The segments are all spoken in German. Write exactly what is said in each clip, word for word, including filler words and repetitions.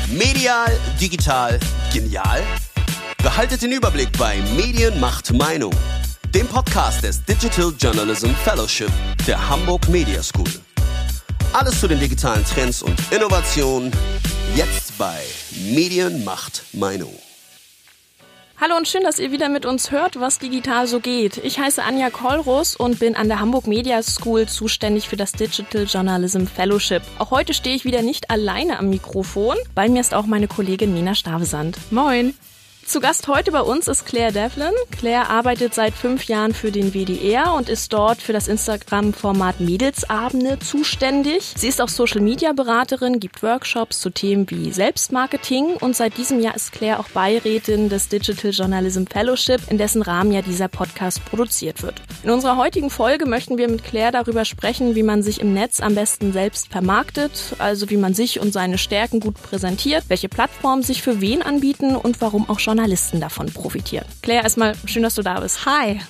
Medial, digital, genial? Behaltet den Überblick bei Medien macht Meinung, dem Podcast des Digital Journalism Fellowship der Hamburg Media School. Alles zu den digitalen Trends und Innovationen, jetzt bei Medien macht Meinung. Hallo und schön, dass ihr wieder mit uns hört, was digital so geht. Ich heiße Anja Kollrus und bin an der Hamburg Media School zuständig für das Digital Journalism Fellowship. Auch heute stehe ich wieder nicht alleine am Mikrofon. Bei mir ist auch meine Kollegin Nina Stavesand. Moin! Zu Gast heute bei uns ist Claire Devlin. Claire arbeitet seit fünf Jahren für den W D R und ist dort für das Instagram-Format Mädelsabende zuständig. Sie ist auch Social-Media-Beraterin, gibt Workshops zu Themen wie Selbstmarketing und seit diesem Jahr ist Claire auch Beirätin des Digital Journalism Fellowship, in dessen Rahmen ja dieser Podcast produziert wird. In unserer heutigen Folge möchten wir mit Claire darüber sprechen, wie man sich im Netz am besten selbst vermarktet, also wie man sich und seine Stärken gut präsentiert, welche Plattformen sich für wen anbieten und warum auch Journalisten davon profitieren. Claire, erstmal schön, dass du da bist. Hi.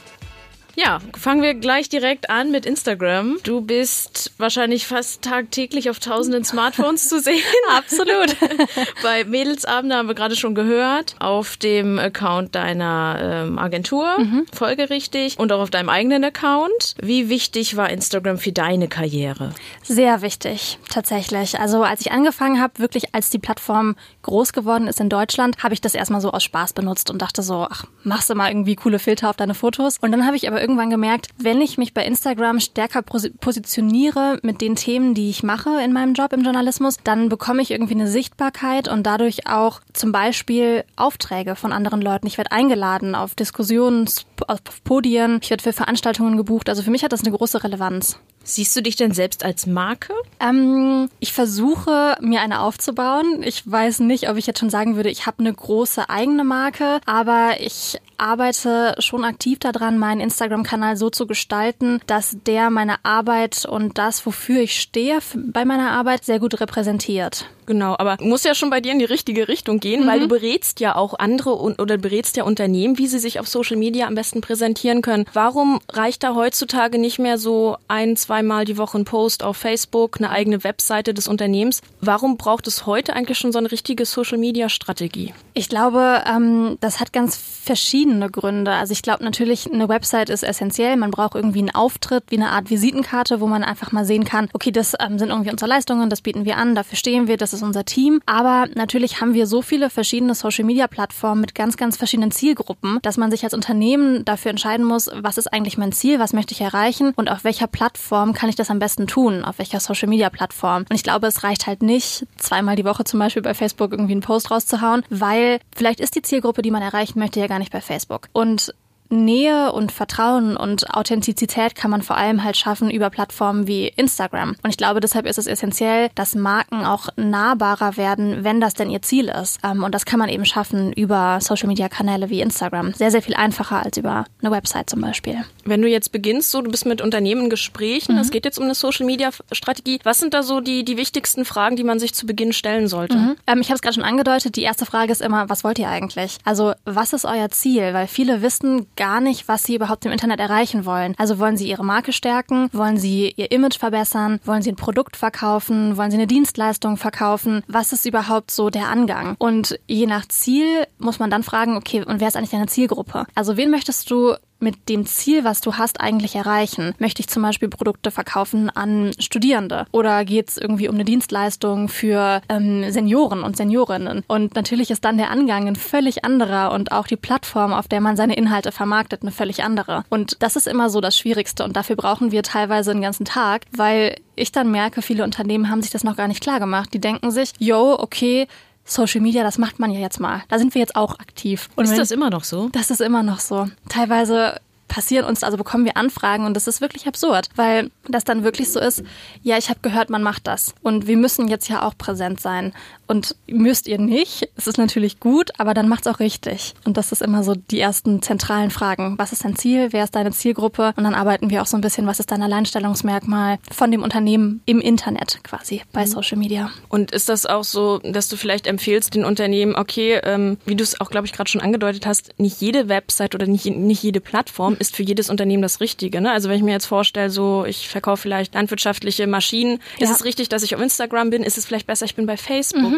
Ja, fangen wir gleich direkt an mit Instagram. Du bist wahrscheinlich fast tagtäglich auf tausenden Smartphones zu sehen. Absolut. Bei Mädelsabende haben wir gerade schon gehört. Auf dem Account deiner ähm, Agentur, mhm. folgerichtig, und auch auf deinem eigenen Account. Wie wichtig war Instagram für deine Karriere? Sehr wichtig, tatsächlich. Also als ich angefangen habe, wirklich als die Plattform groß geworden ist in Deutschland, habe ich das erstmal so aus Spaß benutzt und dachte so, ach, machst du mal irgendwie coole Filter auf deine Fotos. Und dann habe ich aber irgendwann gemerkt, wenn ich mich bei Instagram stärker positioniere mit den Themen, die ich mache in meinem Job im Journalismus, dann bekomme ich irgendwie eine Sichtbarkeit und dadurch auch zum Beispiel Aufträge von anderen Leuten. Ich werde eingeladen auf Diskussionen, auf Podien, ich werde für Veranstaltungen gebucht. Also für mich hat das eine große Relevanz. Siehst du dich denn selbst als Marke? Ähm, ich versuche, mir eine aufzubauen. Ich weiß nicht, ob ich jetzt schon sagen würde, ich habe eine große eigene Marke, aber ich arbeite schon aktiv daran, meinen Instagram-Kanal so zu gestalten, dass der meine Arbeit und das, wofür ich stehe bei meiner Arbeit, sehr gut repräsentiert. Genau, aber muss ja schon bei dir in die richtige Richtung gehen, mhm. weil du berätst ja auch andere und, oder berätst ja Unternehmen, wie sie sich auf Social Media am besten präsentieren können. Warum reicht da heutzutage nicht mehr so ein, zweimal die Woche ein Post auf Facebook, eine eigene Webseite des Unternehmens? Warum braucht es heute eigentlich schon so eine richtige Social-Media-Strategie? Ich glaube, ähm, das hat ganz verschiedene Gründe. Also ich glaube natürlich, eine Website ist essentiell. Man braucht irgendwie einen Auftritt, wie eine Art Visitenkarte, wo man einfach mal sehen kann, okay, das ähm, sind irgendwie unsere Leistungen, das bieten wir an, dafür stehen wir, das ist unser Team. Aber natürlich haben wir so viele verschiedene Social-Media-Plattformen mit ganz, ganz verschiedenen Zielgruppen, dass man sich als Unternehmen dafür entscheiden muss, was ist eigentlich mein Ziel, was möchte ich erreichen und auf welcher Plattform kann ich das am besten tun, auf welcher Social-Media-Plattform. Und ich glaube, es reicht halt nicht, zweimal die Woche zum Beispiel bei Facebook irgendwie einen Post rauszuhauen, weil vielleicht ist die Zielgruppe, die man erreichen möchte, ja gar nicht bei Facebook. Und Nähe und Vertrauen und Authentizität kann man vor allem halt schaffen über Plattformen wie Instagram. Und ich glaube, deshalb ist es essentiell, dass Marken auch nahbarer werden, wenn das denn ihr Ziel ist. Und das kann man eben schaffen über Social-Media-Kanäle wie Instagram. Sehr, sehr viel einfacher als über eine Website zum Beispiel. Wenn du jetzt beginnst, so du bist mit Unternehmen in Gesprächen, es mhm. geht jetzt um eine Social-Media-Strategie. Was sind da so die, die wichtigsten Fragen, die man sich zu Beginn stellen sollte? Mhm. Ähm, ich habe es gerade schon angedeutet. Die erste Frage ist immer, was wollt ihr eigentlich? Also was ist euer Ziel? Weil viele wissen gar nicht, was sie überhaupt im Internet erreichen wollen. Also wollen sie ihre Marke stärken? Wollen sie ihr Image verbessern? Wollen sie ein Produkt verkaufen? Wollen sie eine Dienstleistung verkaufen? Was ist überhaupt so der Angang? Und je nach Ziel muss man dann fragen, okay, und wer ist eigentlich deine Zielgruppe? Also wen möchtest du mit dem Ziel, was du hast, eigentlich erreichen? Möchte ich zum Beispiel Produkte verkaufen an Studierende? Oder geht es irgendwie um eine Dienstleistung für ähm, Senioren und Seniorinnen? Und natürlich ist dann der Angang ein völlig anderer und auch die Plattform, auf der man seine Inhalte vermarktet, eine völlig andere. Und das ist immer so das Schwierigste und dafür brauchen wir teilweise einen ganzen Tag, weil ich dann merke, viele Unternehmen haben sich das noch gar nicht klar gemacht. Die denken sich, yo, okay, Social Media, das macht man ja jetzt mal. Da sind wir jetzt auch aktiv. Und ist das immer noch so? Das ist immer noch so. Teilweise passieren uns, also bekommen wir Anfragen und das ist wirklich absurd, weil das dann wirklich so ist, ja, ich habe gehört, man macht das und wir müssen jetzt ja auch präsent sein und müsst ihr nicht, es ist natürlich gut, aber dann macht's auch richtig und das ist immer so die ersten zentralen Fragen. Was ist dein Ziel? Wer ist deine Zielgruppe? Und dann arbeiten wir auch so ein bisschen, was ist dein Alleinstellungsmerkmal von dem Unternehmen im Internet quasi bei Social Media. Und ist das auch so, dass du vielleicht empfiehlst den Unternehmen, okay, ähm, wie du es auch, glaube ich, gerade schon angedeutet hast, nicht jede Website oder nicht, nicht jede Plattform ist für jedes Unternehmen das Richtige, ne? Also wenn ich mir jetzt vorstelle, so ich verkaufe vielleicht landwirtschaftliche Maschinen, ja. Ist es richtig, dass ich auf Instagram bin? Ist es vielleicht besser, ich bin bei Facebook? Mhm.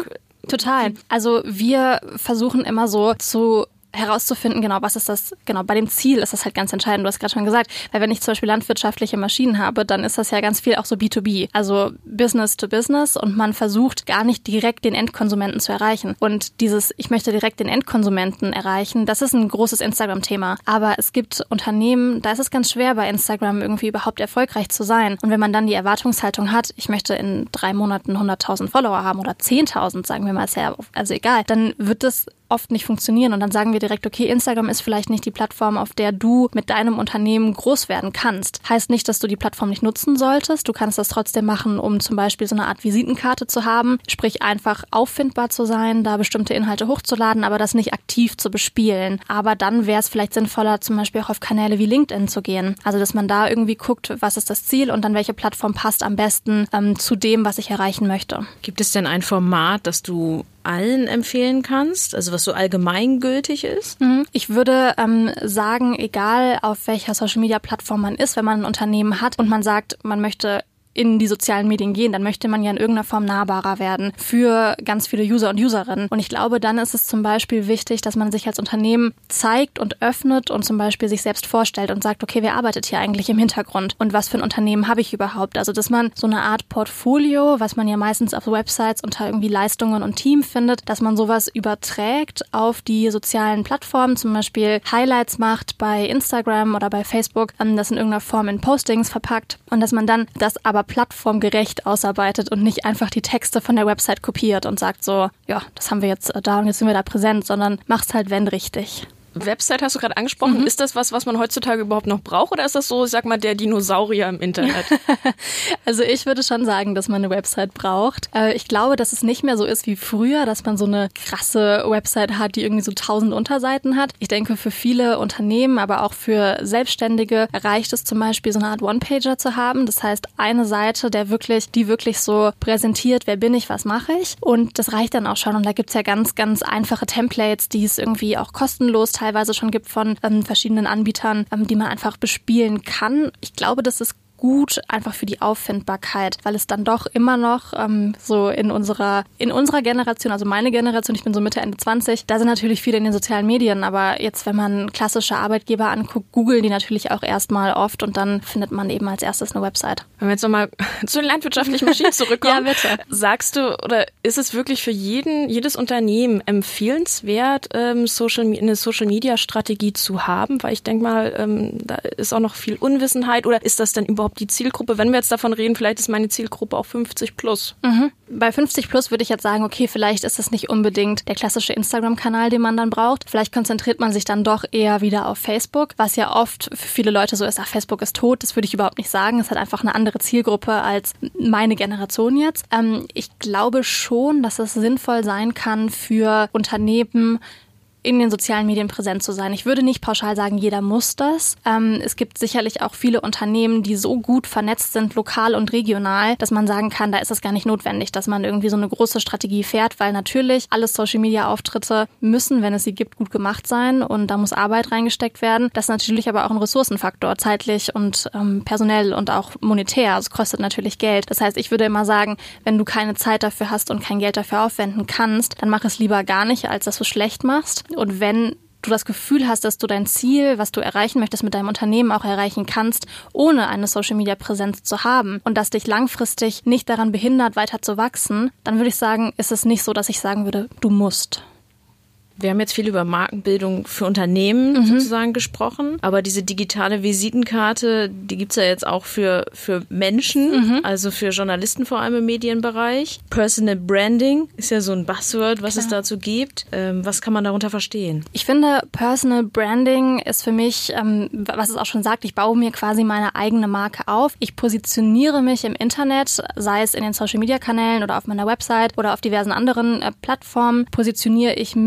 Total. Also wir versuchen immer so zu herauszufinden, genau, was ist das, genau, bei dem Ziel ist das halt ganz entscheidend, du hast gerade schon gesagt, weil wenn ich zum Beispiel landwirtschaftliche Maschinen habe, dann ist das ja ganz viel auch so B to B, also Business to Business und man versucht gar nicht direkt den Endkonsumenten zu erreichen und dieses, ich möchte direkt den Endkonsumenten erreichen, das ist ein großes Instagram-Thema, aber es gibt Unternehmen, da ist es ganz schwer bei Instagram irgendwie überhaupt erfolgreich zu sein und wenn man dann die Erwartungshaltung hat, ich möchte in drei Monaten hunderttausend Follower haben oder zehntausend, sagen wir mal, ist ja also egal, dann wird das oft nicht funktionieren und dann sagen wir direkt, okay, Instagram ist vielleicht nicht die Plattform, auf der du mit deinem Unternehmen groß werden kannst. Heißt nicht, dass du die Plattform nicht nutzen solltest. Du kannst das trotzdem machen, um zum Beispiel so eine Art Visitenkarte zu haben, sprich einfach auffindbar zu sein, da bestimmte Inhalte hochzuladen, aber das nicht aktiv zu bespielen. Aber dann wäre es vielleicht sinnvoller, zum Beispiel auch auf Kanäle wie LinkedIn zu gehen. Also, dass man da irgendwie guckt, was ist das Ziel und dann welche Plattform passt am besten ähm, zu dem, was ich erreichen möchte. Gibt es denn ein Format, das du allen empfehlen kannst, also was so allgemeingültig ist? Ich würde ähm, sagen, egal auf welcher Social-Media-Plattform man ist, wenn man ein Unternehmen hat und man sagt, man möchte in die sozialen Medien gehen, dann möchte man ja in irgendeiner Form nahbarer werden für ganz viele User und Userinnen. Und ich glaube, dann ist es zum Beispiel wichtig, dass man sich als Unternehmen zeigt und öffnet und zum Beispiel sich selbst vorstellt und sagt, okay, wer arbeitet hier eigentlich im Hintergrund und was für ein Unternehmen habe ich überhaupt? Also, dass man so eine Art Portfolio, was man ja meistens auf Websites unter irgendwie Leistungen und Team findet, dass man sowas überträgt auf die sozialen Plattformen, zum Beispiel Highlights macht bei Instagram oder bei Facebook, das in irgendeiner Form in Postings verpackt und dass man dann das aber plattformgerecht ausarbeitet und nicht einfach die Texte von der Website kopiert und sagt so, ja, das haben wir jetzt da und jetzt sind wir da präsent, sondern mach's halt wenn richtig. Website hast du gerade angesprochen. Mhm. Ist das was, was man heutzutage überhaupt noch braucht oder ist das so, ich sag mal, der Dinosaurier im Internet? Also ich würde schon sagen, dass man eine Website braucht. Ich glaube, dass es nicht mehr so ist wie früher, dass man so eine krasse Website hat, die irgendwie so tausend Unterseiten hat. Ich denke, für viele Unternehmen, aber auch für Selbstständige reicht es zum Beispiel, so eine Art One-Pager zu haben. Das heißt, eine Seite, der wirklich, die wirklich so präsentiert, wer bin ich, was mache ich. Und das reicht dann auch schon. Und da gibt's ja ganz, ganz einfache Templates, die es irgendwie auch kostenlos teilweise schon gibt von ähm, verschiedenen Anbietern, ähm, die man einfach bespielen kann. Ich glaube, das ist gut einfach für die Auffindbarkeit, weil es dann doch immer noch ähm, so in unserer in unserer Generation, also meine Generation, ich bin so Mitte, Ende zwanzig, da sind natürlich viele in den sozialen Medien, aber jetzt, wenn man klassische Arbeitgeber anguckt, googeln die natürlich auch erstmal oft und dann findet man eben als erstes eine Website. Wenn wir jetzt nochmal zu den landwirtschaftlichen Maschinen zurückkommen, ja, bitte. Sagst du, oder ist es wirklich für jeden, jedes Unternehmen empfehlenswert, ähm, Social, eine Social-Media-Strategie zu haben? Weil ich denke mal, ähm, da ist auch noch viel Unwissenheit, oder ist das denn überhaupt die Zielgruppe? Wenn wir jetzt davon reden, vielleicht ist meine Zielgruppe auch fünfzig plus. Mhm. Bei fünfzig plus würde ich jetzt sagen, okay, vielleicht ist das nicht unbedingt der klassische Instagram-Kanal, den man dann braucht. Vielleicht konzentriert man sich dann doch eher wieder auf Facebook, was ja oft für viele Leute so ist, ach, Facebook ist tot. Das würde ich überhaupt nicht sagen. Es hat einfach eine andere Zielgruppe als meine Generation jetzt. Ähm, ich glaube schon, dass es sinnvoll sein kann für Unternehmen, in den sozialen Medien präsent zu sein. Ich würde nicht pauschal sagen, jeder muss das. Ähm, es gibt sicherlich auch viele Unternehmen, die so gut vernetzt sind, lokal und regional, dass man sagen kann, da ist es gar nicht notwendig, dass man irgendwie so eine große Strategie fährt, weil natürlich alle Social-Media-Auftritte müssen, wenn es sie gibt, gut gemacht sein und da muss Arbeit reingesteckt werden. Das ist natürlich aber auch ein Ressourcenfaktor, zeitlich und ähm, personell und auch monetär. Also es kostet natürlich Geld. Das heißt, ich würde immer sagen, wenn du keine Zeit dafür hast und kein Geld dafür aufwenden kannst, dann mach es lieber gar nicht, als dass du es schlecht machst. Und wenn du das Gefühl hast, dass du dein Ziel, was du erreichen möchtest mit deinem Unternehmen, auch erreichen kannst, ohne eine Social-Media-Präsenz zu haben und das dich langfristig nicht daran behindert, weiter zu wachsen, dann würde ich sagen, ist es nicht so, dass ich sagen würde, du musst. Wir haben jetzt viel über Markenbildung für Unternehmen mhm. sozusagen gesprochen, aber diese digitale Visitenkarte, die gibt's ja jetzt auch für, für Menschen, mhm. also für Journalisten vor allem im Medienbereich. Personal Branding ist ja so ein Buzzword, was Klar. es dazu gibt. Ähm, was kann man darunter verstehen? Ich finde, Personal Branding ist für mich, ähm, was es auch schon sagt, ich baue mir quasi meine eigene Marke auf. Ich positioniere mich im Internet, sei es in den Social-Media-Kanälen oder auf meiner Website oder auf diversen anderen äh, Plattformen, positioniere ich mich mit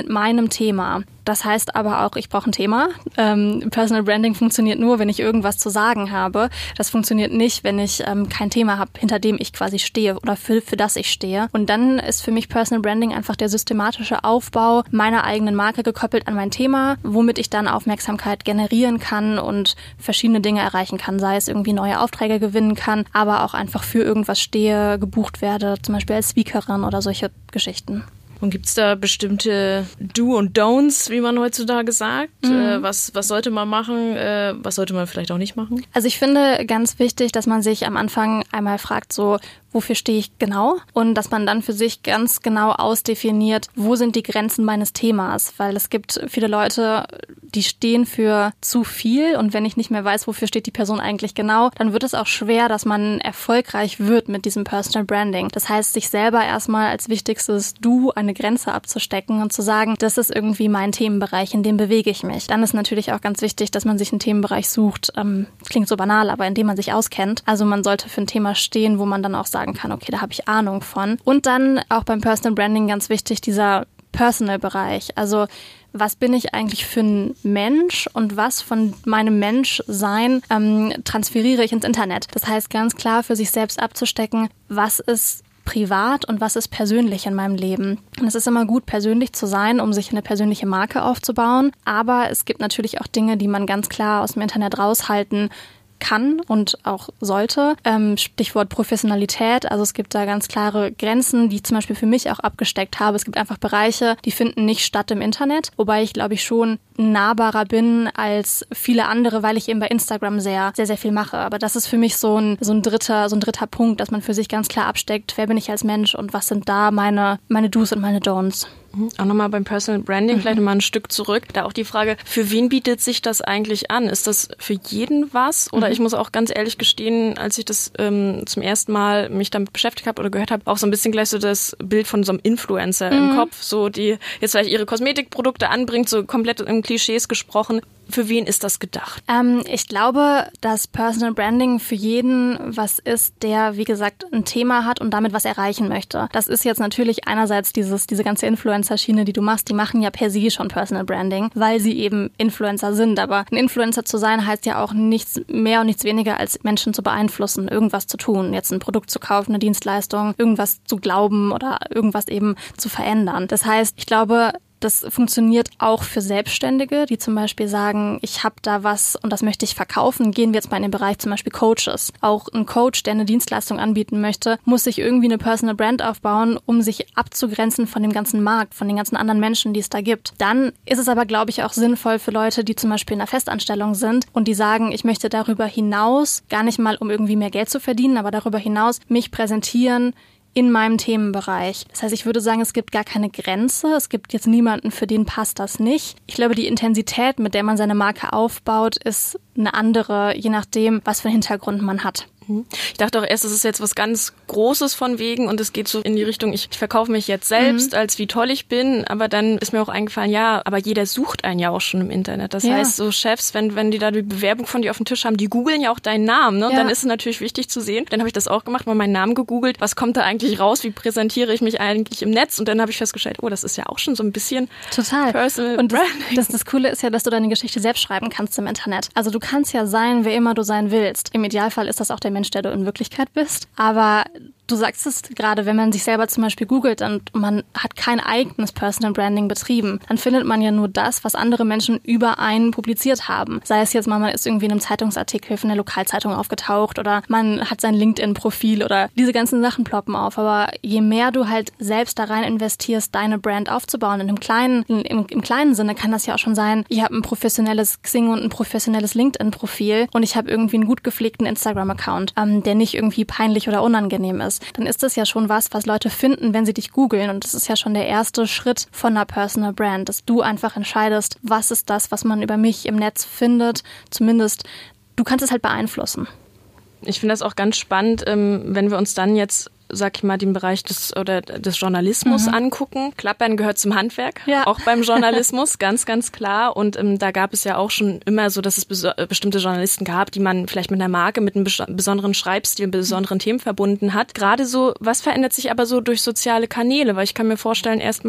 mit meinem Thema. Das heißt aber auch, ich brauche ein Thema. Ähm, Personal Branding funktioniert nur, wenn ich irgendwas zu sagen habe. Das funktioniert nicht, wenn ich ähm, kein Thema habe, hinter dem ich quasi stehe oder für, für das ich stehe. Und dann ist für mich Personal Branding einfach der systematische Aufbau meiner eigenen Marke gekoppelt an mein Thema, womit ich dann Aufmerksamkeit generieren kann und verschiedene Dinge erreichen kann. Sei es irgendwie neue Aufträge gewinnen kann, aber auch einfach für irgendwas stehe, gebucht werde, zum Beispiel als Speakerin oder solche Geschichten. Und gibt es da bestimmte Do und Don'ts, wie man heutzutage sagt? Mhm. Äh, was, was sollte man machen, äh, was sollte man vielleicht auch nicht machen? Also ich finde ganz wichtig, dass man sich am Anfang einmal fragt, so, wofür stehe ich genau? Und dass man dann für sich ganz genau ausdefiniert, wo sind die Grenzen meines Themas? Weil es gibt viele Leute, die stehen für zu viel und wenn ich nicht mehr weiß, wofür steht die Person eigentlich genau, dann wird es auch schwer, dass man erfolgreich wird mit diesem Personal Branding. Das heißt, sich selber erstmal als wichtigstes Du eine Grenze abzustecken und zu sagen, das ist irgendwie mein Themenbereich, in dem bewege ich mich. Dann ist natürlich auch ganz wichtig, dass man sich einen Themenbereich sucht, ähm, klingt so banal, aber in dem man sich auskennt. Also man sollte für ein Thema stehen, wo man dann auch sagt, sagen kann, okay, da habe ich Ahnung von. Und dann auch beim Personal Branding ganz wichtig, dieser Personal-Bereich. Also was bin ich eigentlich für ein Mensch und was von meinem Menschsein ähm, transferiere ich ins Internet? Das heißt, ganz klar für sich selbst abzustecken, was ist privat und was ist persönlich in meinem Leben. Und es ist immer gut, persönlich zu sein, um sich eine persönliche Marke aufzubauen. Aber es gibt natürlich auch Dinge, die man ganz klar aus dem Internet raushalten kann und auch sollte. Ähm, Stichwort Professionalität. Also es gibt da ganz klare Grenzen, die ich zum Beispiel für mich auch abgesteckt habe. Es gibt einfach Bereiche, die finden nicht statt im Internet. Wobei ich, glaube ich, schon nahbarer bin als viele andere, weil ich eben bei Instagram sehr, sehr, sehr viel mache. Aber das ist für mich so ein, so ein dritter, so ein dritter Punkt, dass man für sich ganz klar absteckt, wer bin ich als Mensch und was sind da meine, meine Do's und meine Don'ts. Auch nochmal beim Personal Branding, mhm. vielleicht nochmal ein Stück zurück. Da auch die Frage, für wen bietet sich das eigentlich an? Ist das für jeden was? Oder mhm. ich muss auch ganz ehrlich gestehen, als ich das ähm, zum ersten Mal mich damit beschäftigt habe oder gehört habe, auch so ein bisschen gleich so das Bild von so einem Influencer mhm. im Kopf, so die jetzt vielleicht ihre Kosmetikprodukte anbringt, so komplett in Klischees gesprochen. Für wen ist das gedacht? Ähm, ich glaube, dass Personal Branding für jeden was ist, der, wie gesagt, ein Thema hat und damit was erreichen möchte. Das ist jetzt natürlich einerseits dieses, diese ganze Influencer-Schiene, die du machst, die machen ja per se schon Personal Branding, weil sie eben Influencer sind. Aber ein Influencer zu sein heißt ja auch nichts mehr und nichts weniger als Menschen zu beeinflussen, irgendwas zu tun, jetzt ein Produkt zu kaufen, eine Dienstleistung, irgendwas zu glauben oder irgendwas eben zu verändern. Das heißt, ich glaube, das funktioniert auch für Selbstständige, die zum Beispiel sagen, ich habe da was und das möchte ich verkaufen. Gehen wir jetzt mal in den Bereich zum Beispiel Coaches. Auch ein Coach, der eine Dienstleistung anbieten möchte, muss sich irgendwie eine Personal Brand aufbauen, um sich abzugrenzen von dem ganzen Markt, von den ganzen anderen Menschen, die es da gibt. Dann ist es aber, glaube ich, auch sinnvoll für Leute, die zum Beispiel in einer Festanstellung sind und die sagen, ich möchte darüber hinaus, gar nicht mal um irgendwie mehr Geld zu verdienen, aber darüber hinaus mich präsentieren in meinem Themenbereich. Das heißt, ich würde sagen, es gibt gar keine Grenze. Es gibt jetzt niemanden, für den passt das nicht. Ich glaube, die Intensität, mit der man seine Marke aufbaut, ist eine andere, je nachdem, was für einen Hintergrund man hat. Ich dachte auch erst, das ist jetzt was ganz Großes von wegen und es geht so in die Richtung, ich, ich verkaufe mich jetzt selbst, mhm. als wie toll ich bin, aber dann ist mir auch eingefallen, ja, aber jeder sucht einen ja auch schon im Internet. Das ja. heißt, so Chefs, wenn wenn die da die Bewerbung von dir auf dem Tisch haben, die googeln ja auch deinen Namen, ne? Und ja. dann ist es natürlich wichtig zu sehen. Dann habe ich das auch gemacht, mal meinen Namen gegoogelt, was kommt da eigentlich raus, wie präsentiere ich mich eigentlich im Netz? Und dann habe ich festgestellt, oh, das ist ja auch schon so ein bisschen total Personal und das, Branding. Das, das Coole ist ja, dass du deine Geschichte selbst schreiben kannst im Internet. Also du kannst ja sein, wer immer du sein willst. Im Idealfall ist das auch der Mensch, der du in Wirklichkeit bist, aber du sagst es gerade, wenn man sich selber zum Beispiel googelt und man hat kein eigenes Personal Branding betrieben, dann findet man ja nur das, was andere Menschen über einen publiziert haben. Sei es jetzt mal, man ist irgendwie in einem Zeitungsartikel von der Lokalzeitung aufgetaucht oder man hat sein LinkedIn-Profil oder diese ganzen Sachen ploppen auf. Aber je mehr du halt selbst da rein investierst, deine Brand aufzubauen, in einem kleinen, im, im kleinen Sinne kann das ja auch schon sein, ich habe ein professionelles Xing und ein professionelles LinkedIn-Profil und ich habe irgendwie einen gut gepflegten Instagram-Account, ähm, der nicht irgendwie peinlich oder unangenehm ist. Dann ist das ja schon was, was Leute finden, wenn sie dich googeln. Und das ist ja schon der erste Schritt von einer Personal Brand, dass du einfach entscheidest, was ist das, was man über mich im Netz findet. Zumindest, du kannst es halt beeinflussen. Ich finde das auch ganz spannend, wenn wir uns dann jetzt, sag ich mal, den Bereich des oder des Journalismus mhm. angucken. Klappern gehört zum Handwerk, ja. auch beim Journalismus, ganz, ganz klar. Und ähm, da gab es ja auch schon immer so, dass es bes- bestimmte Journalisten gab, die man vielleicht mit einer Marke, mit einem bes- besonderen Schreibstil, besonderen mhm. Themen verbunden hat. Gerade so, was verändert sich aber so durch soziale Kanäle? Weil ich kann mir vorstellen, erstmal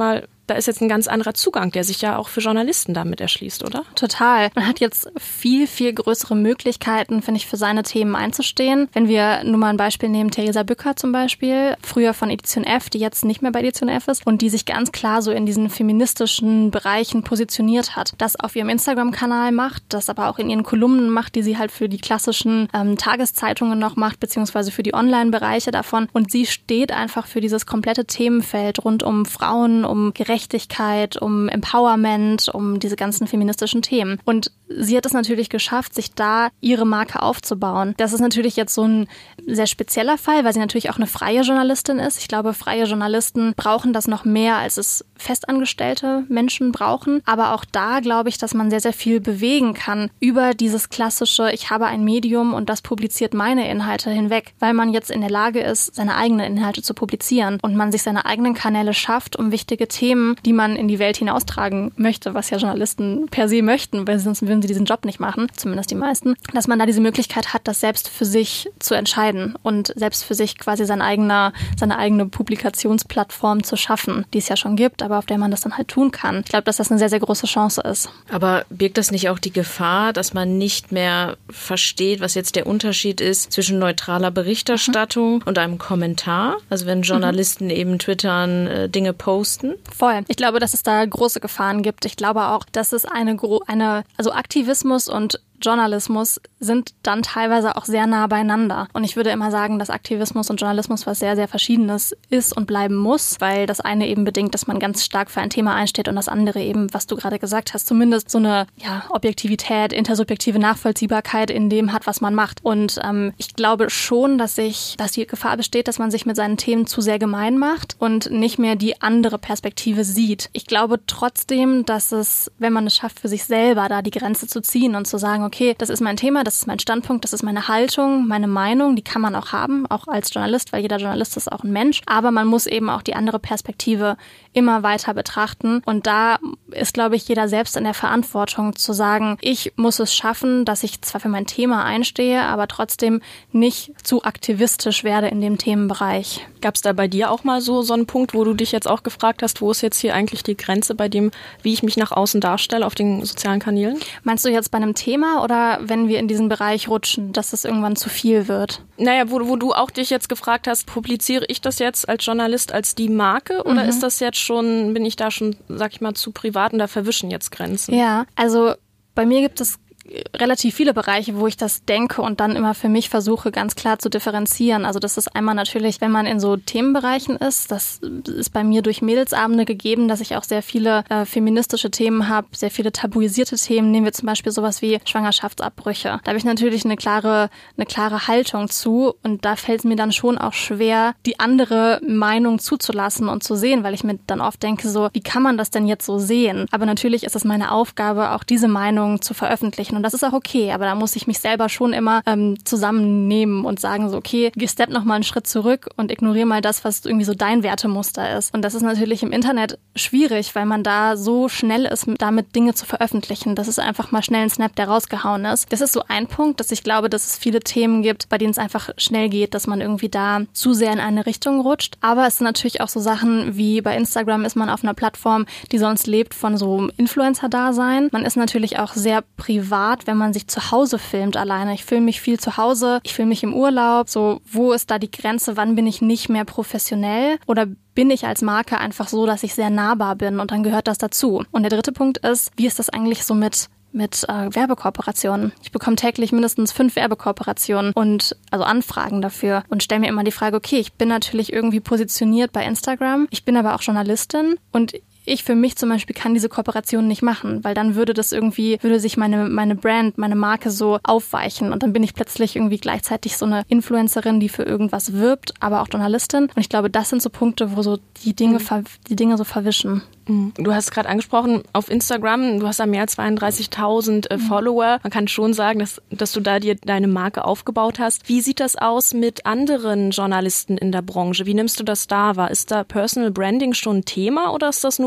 da ist jetzt ein ganz anderer Zugang, der sich ja auch für Journalisten damit erschließt, oder? Total. Man hat jetzt viel, viel größere Möglichkeiten, finde ich, für seine Themen einzustehen. Wenn wir nur mal ein Beispiel nehmen, Theresa Bücker zum Beispiel, früher von Edition F, die jetzt nicht mehr bei Edition F ist und die sich ganz klar so in diesen feministischen Bereichen positioniert hat. Das auf ihrem Instagram-Kanal macht, das aber auch in ihren Kolumnen macht, die sie halt für die klassischen ähm, Tageszeitungen noch macht, beziehungsweise für die Online-Bereiche davon. Und sie steht einfach für dieses komplette Themenfeld rund um Frauen, um Gerechtigkeit, um Empowerment, um diese ganzen feministischen Themen. Und sie hat es natürlich geschafft, sich da ihre Marke aufzubauen. Das ist natürlich jetzt so ein sehr spezieller Fall, weil sie natürlich auch eine freie Journalistin ist. Ich glaube, freie Journalisten brauchen das noch mehr, als es festangestellte Menschen brauchen. Aber auch da glaube ich, dass man sehr, sehr viel bewegen kann über dieses klassische, ich habe ein Medium und das publiziert meine Inhalte hinweg, weil man jetzt in der Lage ist, seine eigenen Inhalte zu publizieren und man sich seine eigenen Kanäle schafft, um wichtige Themen, die man in die Welt hinaustragen möchte, was ja Journalisten per se möchten, weil sonst würden sie diesen Job nicht machen, zumindest die meisten, dass man da diese Möglichkeit hat, das selbst für sich zu entscheiden und selbst für sich quasi sein eigener, seine eigene Publikationsplattform zu schaffen, die es ja schon gibt, aber auf der man das dann halt tun kann. Ich glaube, dass das eine sehr, sehr große Chance ist. Aber birgt das nicht auch die Gefahr, dass man nicht mehr versteht, was jetzt der Unterschied ist zwischen neutraler Berichterstattung mhm. und einem Kommentar? Also wenn Journalisten mhm. eben twittern, äh, Dinge posten? Voll. Ich glaube, dass es da große Gefahren gibt. Ich glaube auch, dass es eine, eine also Aktivismus und Journalismus sind dann teilweise auch sehr nah beieinander. Und ich würde immer sagen, dass Aktivismus und Journalismus was sehr, sehr Verschiedenes ist und bleiben muss, weil das eine eben bedingt, dass man ganz stark für ein Thema einsteht und das andere eben, was du gerade gesagt hast, zumindest so eine ja, Objektivität, intersubjektive Nachvollziehbarkeit in dem hat, was man macht. Und ähm, ich glaube schon, dass sich, dass die Gefahr besteht, dass man sich mit seinen Themen zu sehr gemein macht und nicht mehr die andere Perspektive sieht. Ich glaube trotzdem, dass es, wenn man es schafft, für sich selber da die Grenze zu ziehen und zu sagen, okay, das ist mein Thema, das ist mein Standpunkt, das ist meine Haltung, meine Meinung, die kann man auch haben, auch als Journalist, weil jeder Journalist ist auch ein Mensch. Aber man muss eben auch die andere Perspektive immer weiter betrachten. Und da ist, glaube ich, jeder selbst in der Verantwortung zu sagen, ich muss es schaffen, dass ich zwar für mein Thema einstehe, aber trotzdem nicht zu aktivistisch werde in dem Themenbereich. Gab es da bei dir auch mal so, so einen Punkt, wo du dich jetzt auch gefragt hast, wo ist jetzt hier eigentlich die Grenze bei dem, wie ich mich nach außen darstelle auf den sozialen Kanälen? Meinst du jetzt bei einem Thema oder wenn wir in diesen Bereich rutschen, dass es irgendwann zu viel wird? Naja, wo, wo du auch dich jetzt gefragt hast, publiziere ich das jetzt als Journalist als die Marke oder mhm. ist das jetzt schon, bin ich da schon, sag ich mal, zu privat und da verwischen jetzt Grenzen? Ja, also bei mir gibt es relativ viele Bereiche, wo ich das denke und dann immer für mich versuche, ganz klar zu differenzieren. Also das ist einmal natürlich, wenn man in so Themenbereichen ist, das ist bei mir durch Mädelsabende gegeben, dass ich auch sehr viele äh, feministische Themen habe, sehr viele tabuisierte Themen. Nehmen wir zum Beispiel sowas wie Schwangerschaftsabbrüche. Da habe ich natürlich eine klare, eine klare Haltung zu und da fällt es mir dann schon auch schwer, die andere Meinung zuzulassen und zu sehen, weil ich mir dann oft denke, so, wie kann man das denn jetzt so sehen? Aber natürlich ist es meine Aufgabe, auch diese Meinung zu veröffentlichen. Und das ist auch okay, aber da muss ich mich selber schon immer ähm, zusammennehmen und sagen so, okay, geh step noch mal einen Schritt zurück und ignoriere mal das, was irgendwie so dein Wertemuster ist. Und das ist natürlich im Internet schwierig, weil man da so schnell ist, damit Dinge zu veröffentlichen. Das ist einfach mal schnell ein Snap, der rausgehauen ist. Das ist so ein Punkt, dass ich glaube, dass es viele Themen gibt, bei denen es einfach schnell geht, dass man irgendwie da zu sehr in eine Richtung rutscht. Aber es sind natürlich auch so Sachen wie bei Instagram ist man auf einer Plattform, die sonst lebt von so Influencer-Dasein. Man ist natürlich auch sehr privat, wenn man sich zu Hause filmt alleine. Ich filme mich viel zu Hause, ich filme mich im Urlaub. So, wo ist da die Grenze? Wann bin ich nicht mehr professionell? Oder bin ich als Marke einfach so, dass ich sehr nahbar bin und dann gehört das dazu? Und der dritte Punkt ist, wie ist das eigentlich so mit mit äh, Werbekooperationen. Ich bekomme täglich mindestens fünf Werbekooperationen und also Anfragen dafür und stelle mir immer die Frage, okay, ich bin natürlich irgendwie positioniert bei Instagram, ich bin aber auch Journalistin und ich für mich zum Beispiel kann diese Kooperation nicht machen, weil dann würde das irgendwie, würde sich meine, meine Brand, meine Marke so aufweichen und dann bin ich plötzlich irgendwie gleichzeitig so eine Influencerin, die für irgendwas wirbt, aber auch Journalistin. Und ich glaube, das sind so Punkte, wo so die Dinge, mhm. ver, die Dinge so verwischen. Du hast gerade angesprochen, auf Instagram, du hast da mehr als zweiunddreißigtausend äh, mhm. Follower. Man kann schon sagen, dass, dass du da dir deine Marke aufgebaut hast. Wie sieht das aus mit anderen Journalisten in der Branche? Wie nimmst du das da wahr? Ist da Personal Branding schon ein Thema oder ist das nur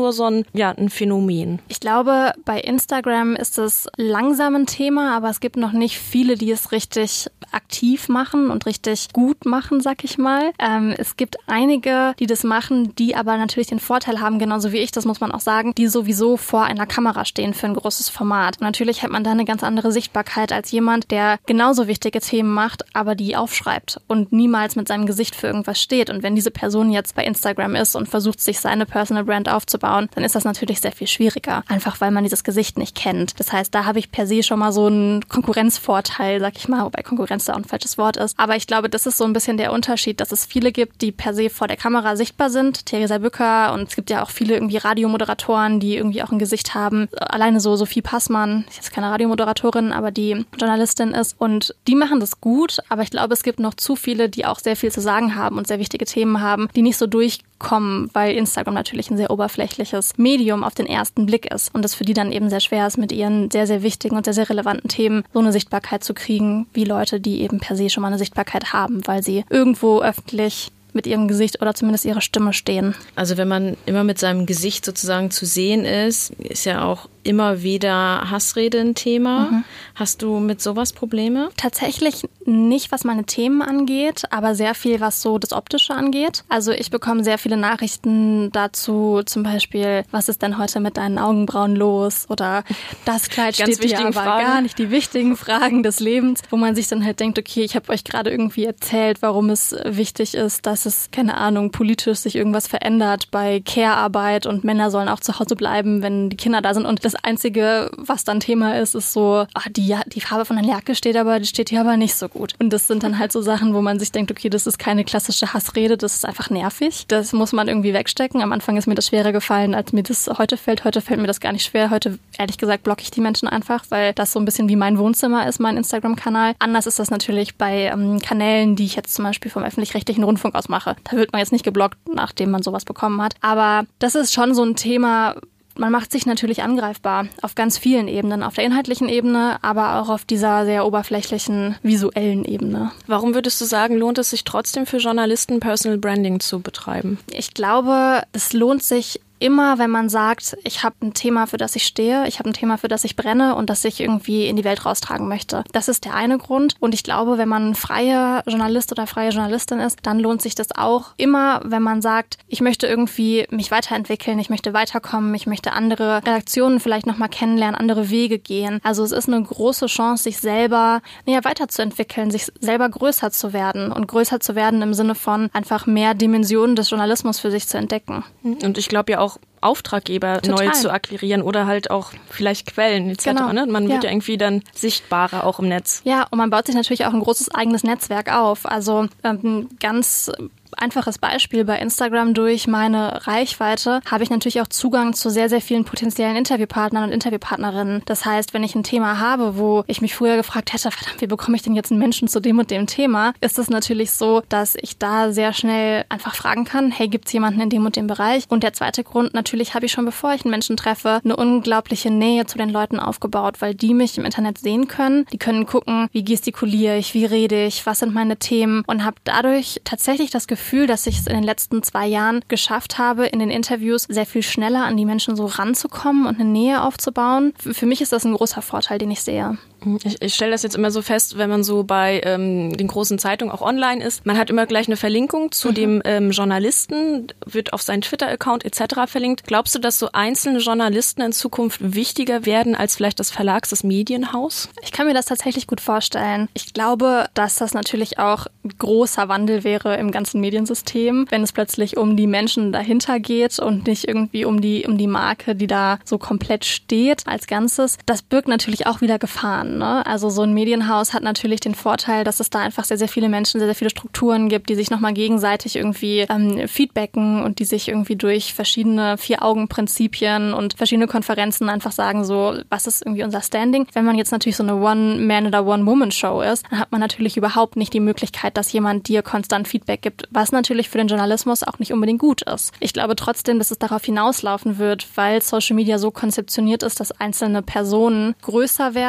nur so ein, ja, ein Phänomen? Ich glaube, bei Instagram ist es langsam ein Thema, aber es gibt noch nicht viele, die es richtig aktiv machen und richtig gut machen, sag ich mal. Ähm, es gibt einige, die das machen, die aber natürlich den Vorteil haben, genauso wie ich, das muss man auch sagen, die sowieso vor einer Kamera stehen für ein großes Format. Und natürlich hat man da eine ganz andere Sichtbarkeit als jemand, der genauso wichtige Themen macht, aber die aufschreibt und niemals mit seinem Gesicht für irgendwas steht. Und wenn diese Person jetzt bei Instagram ist und versucht, sich seine Personal Brand aufzubauen, dann ist das natürlich sehr viel schwieriger, einfach weil man dieses Gesicht nicht kennt. Das heißt, da habe ich per se schon mal so einen Konkurrenzvorteil, sag ich mal, wobei Konkurrenz da auch ein falsches Wort ist. Aber ich glaube, das ist so ein bisschen der Unterschied, dass es viele gibt, die per se vor der Kamera sichtbar sind. Theresa Bücker, und es gibt ja auch viele irgendwie Radiomoderatoren, die irgendwie auch ein Gesicht haben. Alleine so Sophie Passmann, ist jetzt keine Radiomoderatorin, aber die Journalistin ist. Und die machen das gut, aber ich glaube, es gibt noch zu viele, die auch sehr viel zu sagen haben und sehr wichtige Themen haben, die nicht so durchkommen, weil Instagram natürlich ein sehr oberflächliches Medium auf den ersten Blick ist und es für die dann eben sehr schwer ist, mit ihren sehr, sehr wichtigen und sehr, sehr relevanten Themen so eine Sichtbarkeit zu kriegen, wie Leute, die eben per se schon mal eine Sichtbarkeit haben, weil sie irgendwo öffentlich mit ihrem Gesicht oder zumindest ihrer Stimme stehen. Also wenn man immer mit seinem Gesicht sozusagen zu sehen ist, ist ja auch immer wieder Hassrede ein Thema. Mhm. Hast du mit sowas Probleme? Tatsächlich nicht, was meine Themen angeht, aber sehr viel, was so das Optische angeht. Also ich bekomme sehr viele Nachrichten dazu, zum Beispiel, was ist denn heute mit deinen Augenbrauen los? Oder das Kleid steht dir aber Fragen. Gar nicht, die wichtigen Fragen des Lebens, wo man sich dann halt denkt, okay, ich habe euch gerade irgendwie erzählt, warum es wichtig ist, dass es, keine Ahnung, politisch sich irgendwas verändert bei Care-Arbeit und Männer sollen auch zu Hause bleiben, wenn die Kinder da sind. Und das Einzige, was dann Thema ist, ist so, ach, die, die Farbe von der Jacke steht aber, die steht hier aber nicht so gut. Und das sind dann halt so Sachen, wo man sich denkt, okay, das ist keine klassische Hassrede, das ist einfach nervig. Das muss man irgendwie wegstecken. Am Anfang ist mir das schwerer gefallen, als mir das heute fällt. Heute fällt mir das gar nicht schwer. Heute, ehrlich gesagt, blocke ich die Menschen einfach, weil das so ein bisschen wie mein Wohnzimmer ist, mein Instagram-Kanal. Anders ist das natürlich bei ähm, Kanälen, die ich jetzt zum Beispiel vom öffentlich-rechtlichen Rundfunk aus mache. Da wird man jetzt nicht geblockt, nachdem man sowas bekommen hat. Aber das ist schon so ein Thema. Man macht sich natürlich angreifbar auf ganz vielen Ebenen, auf der inhaltlichen Ebene, aber auch auf dieser sehr oberflächlichen visuellen Ebene. Warum würdest du sagen, lohnt es sich trotzdem für Journalisten, Personal Branding zu betreiben? Ich glaube, es lohnt sich immer, wenn man sagt, ich habe ein Thema, für das ich stehe, ich habe ein Thema, für das ich brenne und das ich irgendwie in die Welt raustragen möchte. Das ist der eine Grund. Und ich glaube, wenn man freier Journalist oder freie Journalistin ist, dann lohnt sich das auch immer, wenn man sagt, ich möchte irgendwie mich weiterentwickeln, ich möchte weiterkommen, ich möchte andere Redaktionen vielleicht nochmal kennenlernen, andere Wege gehen. Also es ist eine große Chance, sich selber näher weiterzuentwickeln, sich selber größer zu werden und größer zu werden im Sinne von einfach mehr Dimensionen des Journalismus für sich zu entdecken. Und ich glaube ja auch, Auftraggeber Total. neu zu akquirieren oder halt auch vielleicht Quellen et cetera. Genau. Ne? Man wird ja. ja irgendwie dann sichtbarer auch im Netz. Ja, und man baut sich natürlich auch ein großes eigenes Netzwerk auf. Also ähm, ganz einfaches Beispiel bei Instagram: durch meine Reichweite habe ich natürlich auch Zugang zu sehr, sehr vielen potenziellen Interviewpartnern und Interviewpartnerinnen. Das heißt, wenn ich ein Thema habe, wo ich mich früher gefragt hätte, verdammt, wie bekomme ich denn jetzt einen Menschen zu dem und dem Thema, ist es natürlich so, dass ich da sehr schnell einfach fragen kann, hey, gibt es jemanden in dem und dem Bereich? Und der zweite Grund, natürlich habe ich schon, bevor ich einen Menschen treffe, eine unglaubliche Nähe zu den Leuten aufgebaut, weil die mich im Internet sehen können. Die können gucken, wie gestikuliere ich, wie rede ich, was sind meine Themen, und habe dadurch tatsächlich das Gefühl, Gefühl, dass ich es in den letzten zwei Jahren geschafft habe, in den Interviews sehr viel schneller an die Menschen so ranzukommen und eine Nähe aufzubauen. Für mich ist das ein großer Vorteil, den ich sehe. Ich, ich stelle das jetzt immer so fest, wenn man so bei ähm, den großen Zeitungen auch online ist. Man hat immer gleich eine Verlinkung zu mhm. dem ähm, Journalisten, wird auf seinen Twitter-Account et cetera verlinkt. Glaubst du, dass so einzelne Journalisten in Zukunft wichtiger werden als vielleicht das Verlags-, das Medienhaus? Ich kann mir das tatsächlich gut vorstellen. Ich glaube, dass das natürlich auch ein großer Wandel wäre im ganzen Mediensystem, wenn es plötzlich um die Menschen dahinter geht und nicht irgendwie um die, um die Marke, die da so komplett steht als Ganzes. Das birgt natürlich auch wieder Gefahren. Ne? Also so ein Medienhaus hat natürlich den Vorteil, dass es da einfach sehr, sehr viele Menschen, sehr, sehr viele Strukturen gibt, die sich nochmal gegenseitig irgendwie ähm, feedbacken und die sich irgendwie durch verschiedene Vier-Augen-Prinzipien und verschiedene Konferenzen einfach sagen, so, was ist irgendwie unser Standing? Wenn man jetzt natürlich so eine One-Man- oder One-Woman-Show ist, dann hat man natürlich überhaupt nicht die Möglichkeit, dass jemand dir konstant Feedback gibt, was natürlich für den Journalismus auch nicht unbedingt gut ist. Ich glaube trotzdem, dass es darauf hinauslaufen wird, weil Social Media so konzeptioniert ist, dass einzelne Personen größer werden und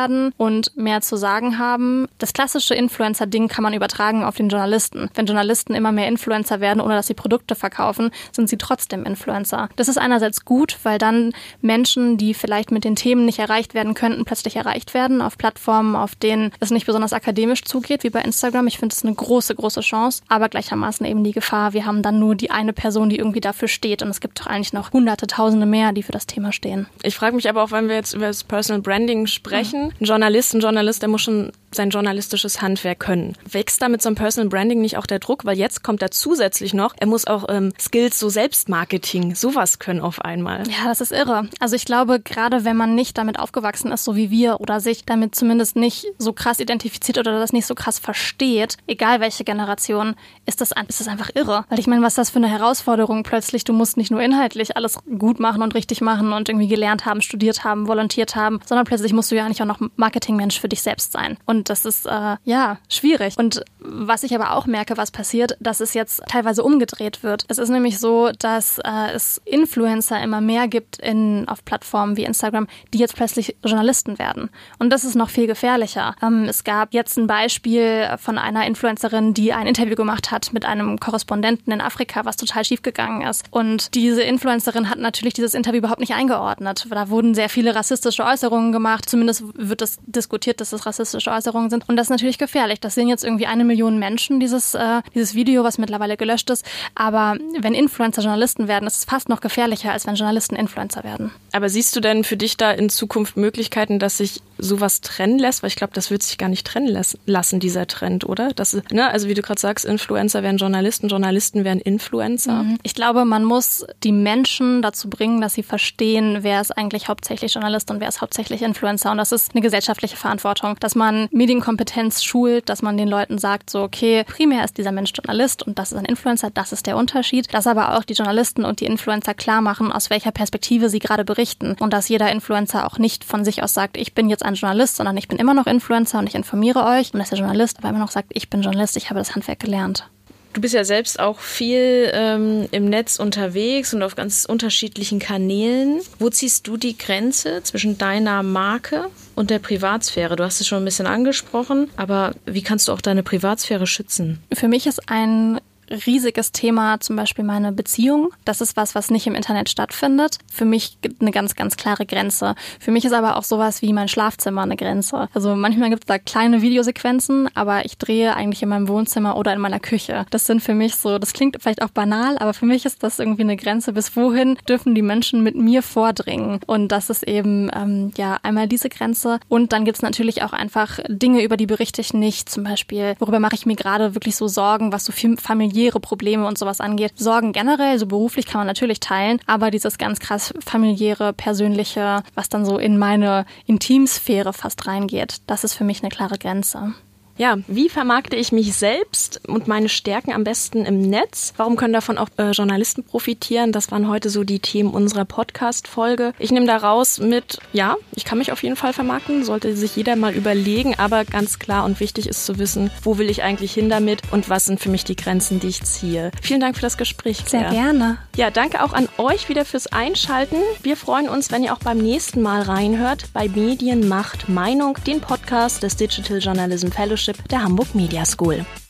und mehr zu sagen haben. Das klassische Influencer-Ding kann man übertragen auf den Journalisten. Wenn Journalisten immer mehr Influencer werden, ohne dass sie Produkte verkaufen, sind sie trotzdem Influencer. Das ist einerseits gut, weil dann Menschen, die vielleicht mit den Themen nicht erreicht werden könnten, plötzlich erreicht werden auf Plattformen, auf denen es nicht besonders akademisch zugeht, wie bei Instagram. Ich finde es eine große, große Chance, aber gleichermaßen eben die Gefahr, wir haben dann nur die eine Person, die irgendwie dafür steht und es gibt doch eigentlich noch hunderte, tausende mehr, die für das Thema stehen. Ich frage mich aber auch, wenn wir jetzt über das Personal Branding sprechen, ein Journalist, ein Journalist, der muss schon sein journalistisches Handwerk können. Wächst da mit so einem Personal Branding nicht auch der Druck? Weil jetzt kommt da zusätzlich noch, er muss auch ähm, Skills, so Selbstmarketing, sowas können auf einmal. Ja, das ist irre. Also ich glaube, gerade wenn man nicht damit aufgewachsen ist, so wie wir, oder sich damit zumindest nicht so krass identifiziert oder das nicht so krass versteht, egal welche Generation, ist das, ist das einfach irre. Weil ich meine, was ist das für eine Herausforderung plötzlich? Du musst nicht nur inhaltlich alles gut machen und richtig machen und irgendwie gelernt haben, studiert haben, volontiert haben, sondern plötzlich musst du ja eigentlich auch noch Marketingmensch für dich selbst sein. Und das ist, äh, ja, schwierig. Und was ich aber auch merke, was passiert, dass es jetzt teilweise umgedreht wird. Es ist nämlich so, dass äh, es Influencer immer mehr gibt in, auf Plattformen wie Instagram, die jetzt plötzlich Journalisten werden. Und das ist noch viel gefährlicher. Ähm, es gab jetzt ein Beispiel von einer Influencerin, die ein Interview gemacht hat mit einem Korrespondenten in Afrika, was total schief gegangen ist. Und diese Influencerin hat natürlich dieses Interview überhaupt nicht eingeordnet. Da wurden sehr viele rassistische Äußerungen gemacht. Zumindest wird das diskutiert, dass das rassistische Äußerungen sind. Und das ist natürlich gefährlich. Das sehen jetzt irgendwie eine Million Menschen, dieses, äh, dieses Video, was mittlerweile gelöscht ist. Aber wenn Influencer Journalisten werden, ist es fast noch gefährlicher, als wenn Journalisten Influencer werden. Aber siehst du denn für dich da in Zukunft Möglichkeiten, dass sich sowas trennen lässt? Weil ich glaube, das wird sich gar nicht trennen lassen, dieser Trend, oder? Das, ne? Also wie du gerade sagst, Influencer werden Journalisten, Journalisten werden Influencer. Mhm. Ich glaube, man muss die Menschen dazu bringen, dass sie verstehen, wer ist eigentlich hauptsächlich Journalist und wer ist hauptsächlich Influencer. Und das ist eine gesellschaftliche Verantwortung, dass man Medienkompetenz schult, dass man den Leuten sagt, so okay, primär ist dieser Mensch Journalist und das ist ein Influencer, das ist der Unterschied. Dass aber auch die Journalisten und die Influencer klar machen, aus welcher Perspektive sie gerade berichten und dass jeder Influencer auch nicht von sich aus sagt, ich bin jetzt ein Journalist, sondern ich bin immer noch Influencer und ich informiere euch. Und dass der Journalist aber immer noch sagt, ich bin Journalist, ich habe das Handwerk gelernt. Du bist ja selbst auch viel ähm, im Netz unterwegs und auf ganz unterschiedlichen Kanälen. Wo ziehst du die Grenze zwischen deiner Marke und der Privatsphäre? Du hast es schon ein bisschen angesprochen, aber wie kannst du auch deine Privatsphäre schützen? Für mich ist ein riesiges Thema zum Beispiel meine Beziehung. Das ist was, was nicht im Internet stattfindet. Für mich gibt eine ganz, ganz klare Grenze. Für mich ist aber auch sowas wie mein Schlafzimmer eine Grenze. Also manchmal gibt es da kleine Videosequenzen, aber ich drehe eigentlich in meinem Wohnzimmer oder in meiner Küche. Das sind für mich so, das klingt vielleicht auch banal, aber für mich ist das irgendwie eine Grenze. Bis wohin dürfen die Menschen mit mir vordringen? Und das ist eben ähm, ja einmal diese Grenze. Und dann gibt es natürlich auch einfach Dinge, über die berichte ich nicht. Zum Beispiel, worüber mache ich mir gerade wirklich so Sorgen, was so viel familiäre Probleme und sowas angeht. Sorgen generell, so beruflich kann man natürlich teilen, aber dieses ganz krass familiäre, persönliche, was dann so in meine Intimsphäre fast reingeht, das ist für mich eine klare Grenze. Ja, wie vermarkte ich mich selbst und meine Stärken am besten im Netz? Warum können davon auch äh, Journalisten profitieren? Das waren heute so die Themen unserer Podcast-Folge. Ich nehme da raus mit, ja, ich kann mich auf jeden Fall vermarkten, sollte sich jeder mal überlegen, aber ganz klar und wichtig ist zu wissen, wo will ich eigentlich hin damit und was sind für mich die Grenzen, die ich ziehe. Vielen Dank für das Gespräch, Claire. Sehr gerne. Ja, danke auch an euch wieder fürs Einschalten. Wir freuen uns, wenn ihr auch beim nächsten Mal reinhört bei Medien macht Meinung, den Podcast des Digital Journalism Fellowship der Hamburg Media School.